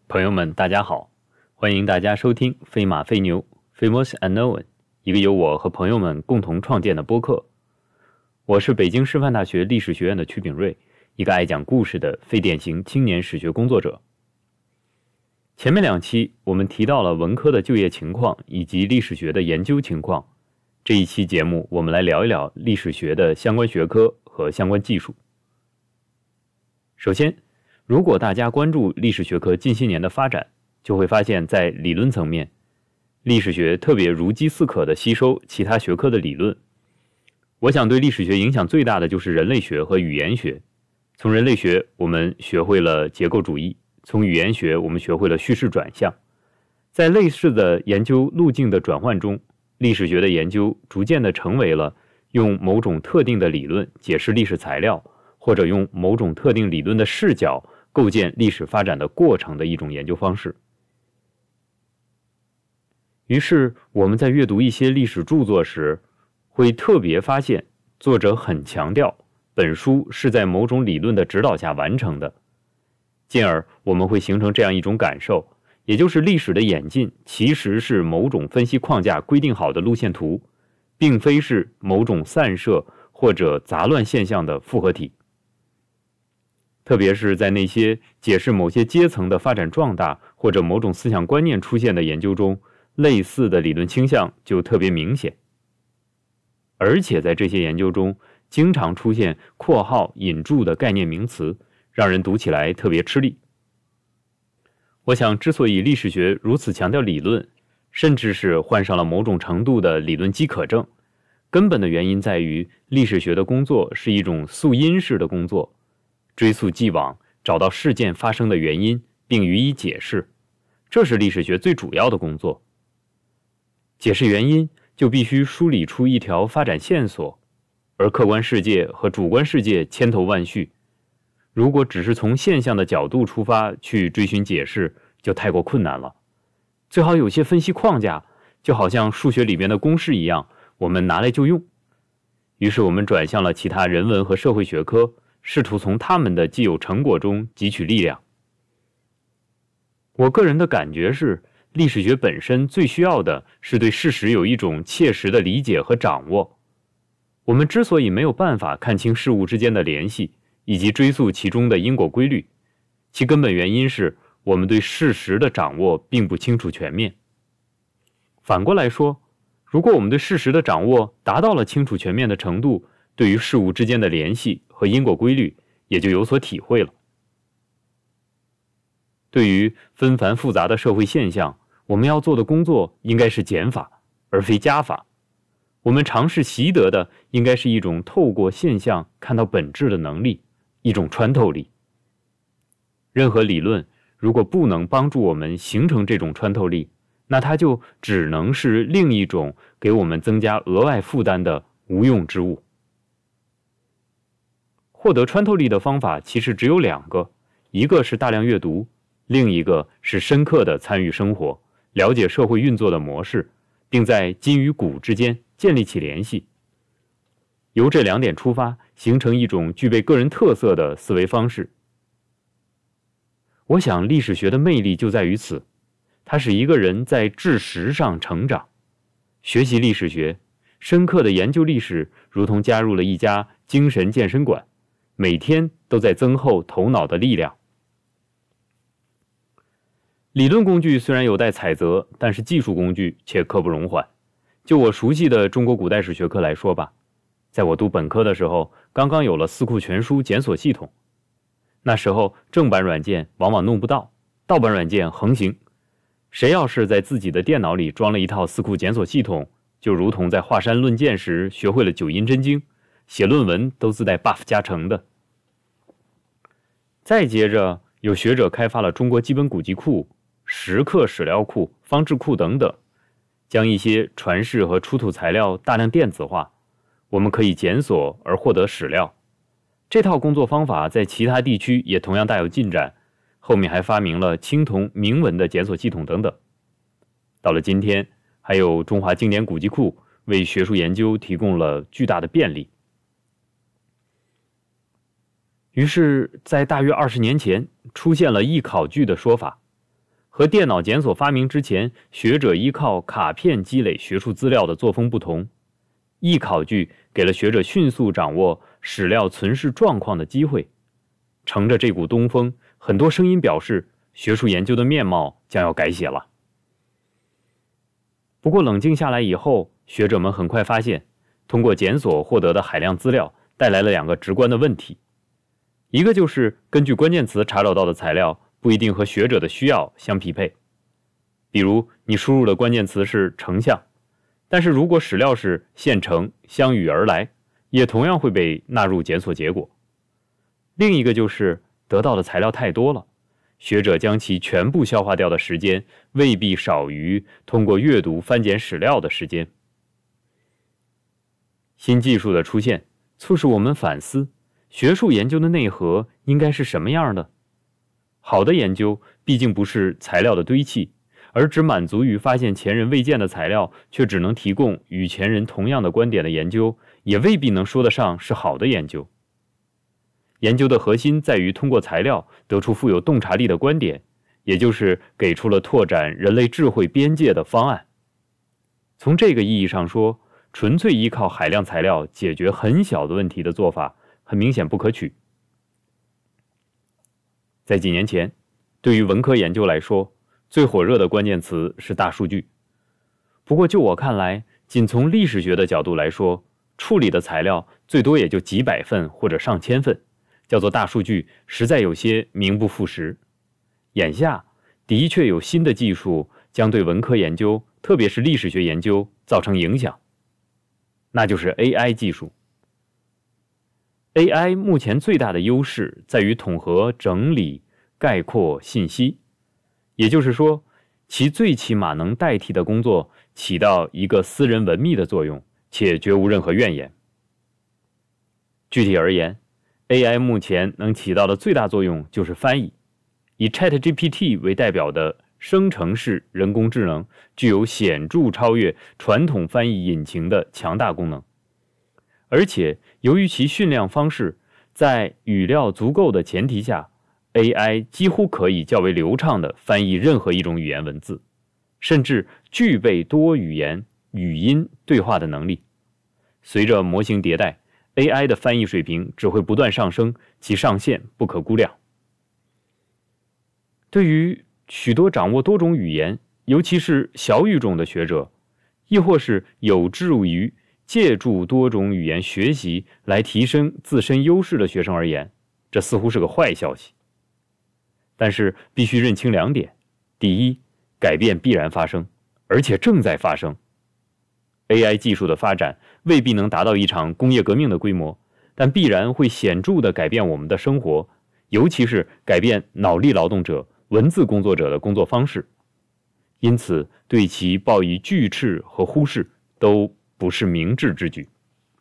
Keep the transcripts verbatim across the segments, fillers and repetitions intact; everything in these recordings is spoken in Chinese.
朋友们，大家好，欢迎大家收听飞马飞牛 Famous Unknown， 一个由我和朋友们共同创建的播客。我是北京师范大学历史学院的曲炳瑞，一个爱讲故事的非典型青年史学工作者。前面两期我们提到了文科的就业情况以及历史学的研究情况，这一期节目我们来聊一聊历史学的相关学科和相关技术。首先，如果大家关注历史学科近些年的发展，就会发现在理论层面，历史学特别如饥似渴地吸收其他学科的理论。我想对历史学影响最大的就是人类学和语言学。从人类学我们学会了结构主义，从语言学我们学会了叙事转向。在类似的研究路径的转换中，历史学的研究逐渐地成为了用某种特定的理论解释历史材料，或者用某种特定理论的视角构建历史发展的过程的一种研究方式。于是我们在阅读一些历史著作时，会特别发现作者很强调本书是在某种理论的指导下完成的，进而我们会形成这样一种感受，也就是历史的演进其实是某种分析框架规定好的路线图，并非是某种散射或者杂乱现象的复合体。特别是在那些解释某些阶层的发展壮大或者某种思想观念出现的研究中，类似的理论倾向就特别明显。而且在这些研究中，经常出现括号引注的概念名词，让人读起来特别吃力。我想，之所以历史学如此强调理论，甚至是患上了某种程度的理论饥渴症，根本的原因在于历史学的工作是一种溯因式的工作，追溯既往，找到事件发生的原因，并予以解释，这是历史学最主要的工作。解释原因，就必须梳理出一条发展线索，而客观世界和主观世界千头万绪，如果只是从现象的角度出发去追寻解释，就太过困难了。最好有些分析框架，就好像数学里边的公式一样，我们拿来就用。于是我们转向了其他人文和社会学科，试图从他们的既有成果中汲取力量。我个人的感觉是，历史学本身最需要的是对事实有一种切实的理解和掌握。我们之所以没有办法看清事物之间的联系，以及追溯其中的因果规律，其根本原因是我们对事实的掌握并不清楚全面。反过来说，如果我们对事实的掌握达到了清楚全面的程度，对于事物之间的联系和因果规律也就有所体会了。对于纷繁复杂的社会现象，我们要做的工作应该是减法，而非加法。我们尝试习得的应该是一种透过现象看到本质的能力，一种穿透力。任何理论如果不能帮助我们形成这种穿透力，那它就只能是另一种给我们增加额外负担的无用之物。获得穿透力的方法其实只有两个，一个是大量阅读，另一个是深刻的参与生活，了解社会运作的模式，并在今与古之间建立起联系。由这两点出发，形成一种具备个人特色的思维方式。我想历史学的魅力就在于此，它使一个人在知识上成长。学习历史学，深刻的研究历史，如同加入了一家精神健身馆，每天都在增厚头脑的力量。理论工具虽然有待采择，但是技术工具却刻不容缓。就我熟悉的中国古代史学科来说吧，在我读本科的时候，刚刚有了四库全书检索系统。那时候正版软件往往弄不到，盗版软件横行。谁要是在自己的电脑里装了一套四库检索系统，就如同在华山论剑时学会了九阴真经，写论文都自带 buff 加成的。再接着，有学者开发了中国基本古籍库、石刻史料库、方志库等等，将一些传世和出土材料大量电子化，我们可以检索而获得史料。这套工作方法在其他地区也同样大有进展，后面还发明了青铜铭文的检索系统等等。到了今天，还有中华经典古籍库为学术研究提供了巨大的便利。于是在大约二十年前出现了易考据的说法， 和电脑检索发明之前，学者依靠卡片积累学术资料的作风不同，易考据给了学者迅速掌握史料存世状况的机会。乘着这股东风，很多声音表示，学术研究的面貌将要改写了。不过冷静下来以后，学者们很快发现，通过检索获得的海量资料带来了两个直观的问题。一个就是根据关键词查找到的材料不一定和学者的需要相匹配。比如你输入的关键词是丞相，但是如果史料是县城相与而来，也同样会被纳入检索结果。另一个就是得到的材料太多了，学者将其全部消化掉的时间未必少于通过阅读翻检史料的时间。新技术的出现促使我们反思，学术研究的内核应该是什么样的？好的研究毕竟不是材料的堆砌，而只满足于发现前人未见的材料，却只能提供与前人同样的观点的研究，也未必能说得上是好的研究。研究的核心在于通过材料得出富有洞察力的观点，也就是给出了拓展人类智慧边界的方案。从这个意义上说，纯粹依靠海量材料解决很小的问题的做法很明显不可取。在几年前，对于文科研究来说，最火热的关键词是大数据。不过就我看来，仅从历史学的角度来说，处理的材料最多也就几百份或者上千份，叫做大数据实在有些名不副实。眼下的确有新的技术将对文科研究，特别是历史学研究造成影响，那就是 A I 技术。A I 目前最大的优势在于统合、整理、概括信息，也就是说，其最起码能代替的工作起到一个私人文秘的作用，且绝无任何怨言。具体而言， A I 目前能起到的最大作用就是翻译。以 ChatGPT 为代表的生成式人工智能具有显著超越传统翻译引擎的强大功能，而且由于其训练方式，在语料足够的前提下， A I 几乎可以较为流畅地翻译任何一种语言文字，甚至具备多语言语音对话的能力。随着模型迭代， A I 的翻译水平只会不断上升，其上限不可估量。对于许多掌握多种语言，尤其是小语种的学者，亦或是有志于借助多种语言学习来提升自身优势的学生而言，这似乎是个坏消息。但是必须认清两点：第一，改变必然发生，而且正在发生。A I 技术的发展未必能达到一场工业革命的规模，但必然会显著地改变我们的生活，尤其是改变脑力劳动者、文字工作者的工作方式。因此，对其抱以拒斥和忽视都不是明智之举。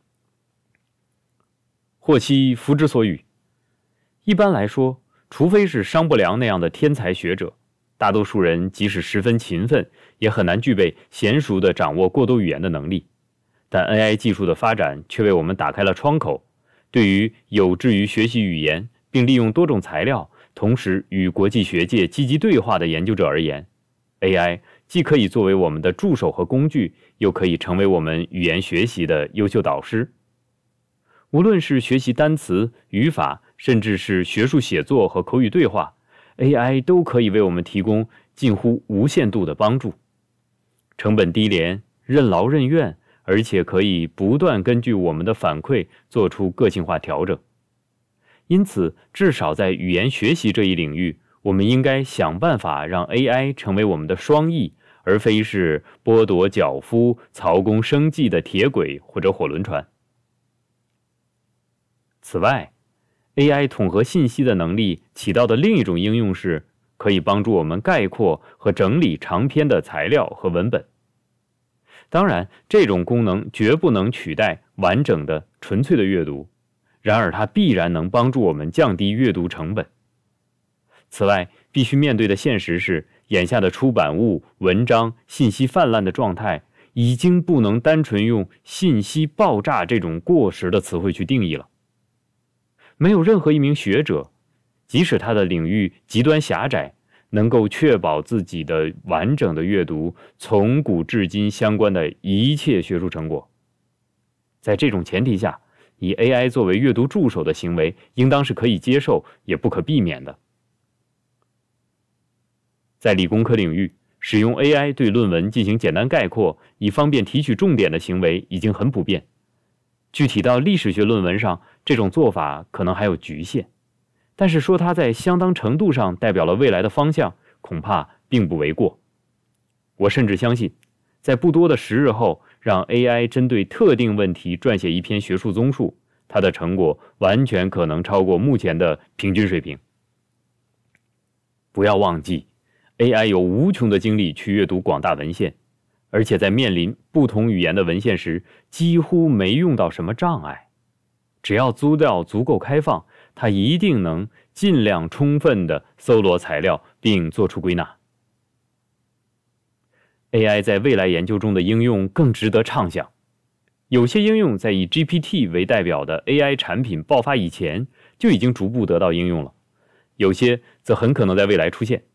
祸兮福之所倚。一般来说，除非是商不良那样的天才学者，大多数人即使十分勤奋，也很难具备娴熟地掌握过多语言的能力。但 A I 技术的发展却为我们打开了窗口，对于有志于学习语言并利用多种材料，同时与国际学界积极对话的研究者而言， A I 既可以作为我们的助手和工具，又可以成为我们语言学习的优秀导师。无论是学习单词、语法，甚至是学术写作和口语对话， A I 都可以为我们提供近乎无限度的帮助。成本低廉，任劳任怨，而且可以不断根据我们的反馈做出个性化调整。因此，至少在语言学习这一领域，我们应该想办法让 A I 成为我们的双翼，而非是剥夺脚夫、曹公生计的铁轨或者火轮船。此外， A I 统合信息的能力起到的另一种应用是，可以帮助我们概括和整理长篇的材料和文本。当然，这种功能绝不能取代完整的、纯粹的阅读，然而它必然能帮助我们降低阅读成本。此外，必须面对的现实是，眼下的出版物、文章信息泛滥的状态，已经不能单纯用信息爆炸这种过时的词汇去定义了。没有任何一名学者，即使他的领域极端狭窄， 能够确保自己的完整的阅读从古至今相关的一切学术成果。在这种前提下，以 A I 作为阅读助手的行为应当是可以接受也不可避免的。在理工科领域，使用 A I 对论文进行简单概括，以方便提取重点的行为已经很普遍。具体到历史学论文上，这种做法可能还有局限，但是说它在相当程度上代表了未来的方向，恐怕并不为过。我甚至相信，在不多的时日后，让 A I 针对特定问题撰写一篇学术综述，它的成果完全可能超过目前的平均水平。不要忘记， A I 有无穷的精力去阅读广大文献，而且在面临不同语言的文献时，几乎没用到什么障碍。只要资料足够开放，它一定能尽量充分地搜罗材料并做出归纳。A I 在未来研究中的应用更值得畅想。有些应用在以 G P T 为代表的 A I 产品爆发以前就已经逐步得到应用了，有些则很可能在未来出现。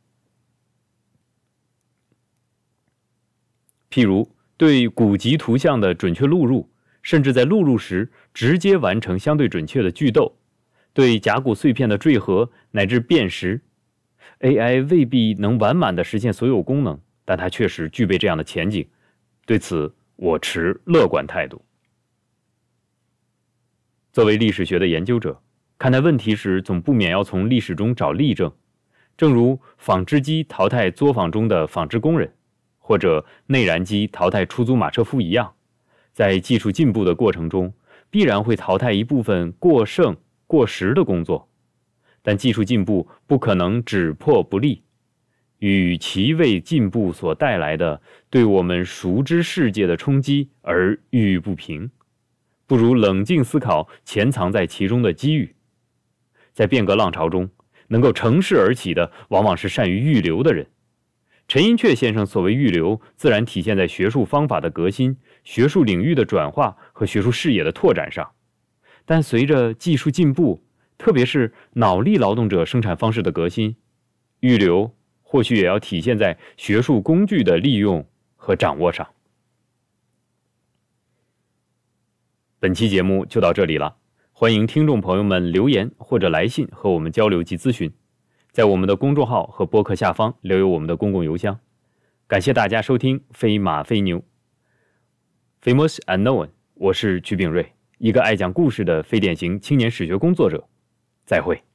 譬如对古籍图像的准确录入，甚至在录入时直接完成相对准确的句读，对甲骨碎片的缀合乃至辨识， A I 未必能完满地实现所有功能，但它确实具备这样的前景。对此，我持乐观态度。作为历史学的研究者，看待问题时总不免要从历史中找例证，正如纺织机淘汰作坊中的纺织工人，或者内燃机淘汰出租马车夫一样，在技术进步的过程中，必然会淘汰一部分过剩、过时的工作。但技术进步不可能只破不立，与其为进步所带来的对我们熟知世界的冲击而郁郁不平，不如冷静思考潜藏在其中的机遇。在变革浪潮中，能够乘势而起的往往是善于预留的人。陈寅恪先生所谓预留，自然体现在学术方法的革新、学术领域的转化和学术视野的拓展上。但随着技术进步，特别是脑力劳动者生产方式的革新，预留或许也要体现在学术工具的利用和掌握上。本期节目就到这里了，欢迎听众朋友们留言或者来信和我们交流及咨询。在我们的公众号和播客下方留有我们的公共邮箱。感谢大家收听飞马飞牛 Famous Unknown， 我是曲炳瑞，一个爱讲故事的非典型青年史学工作者。再会。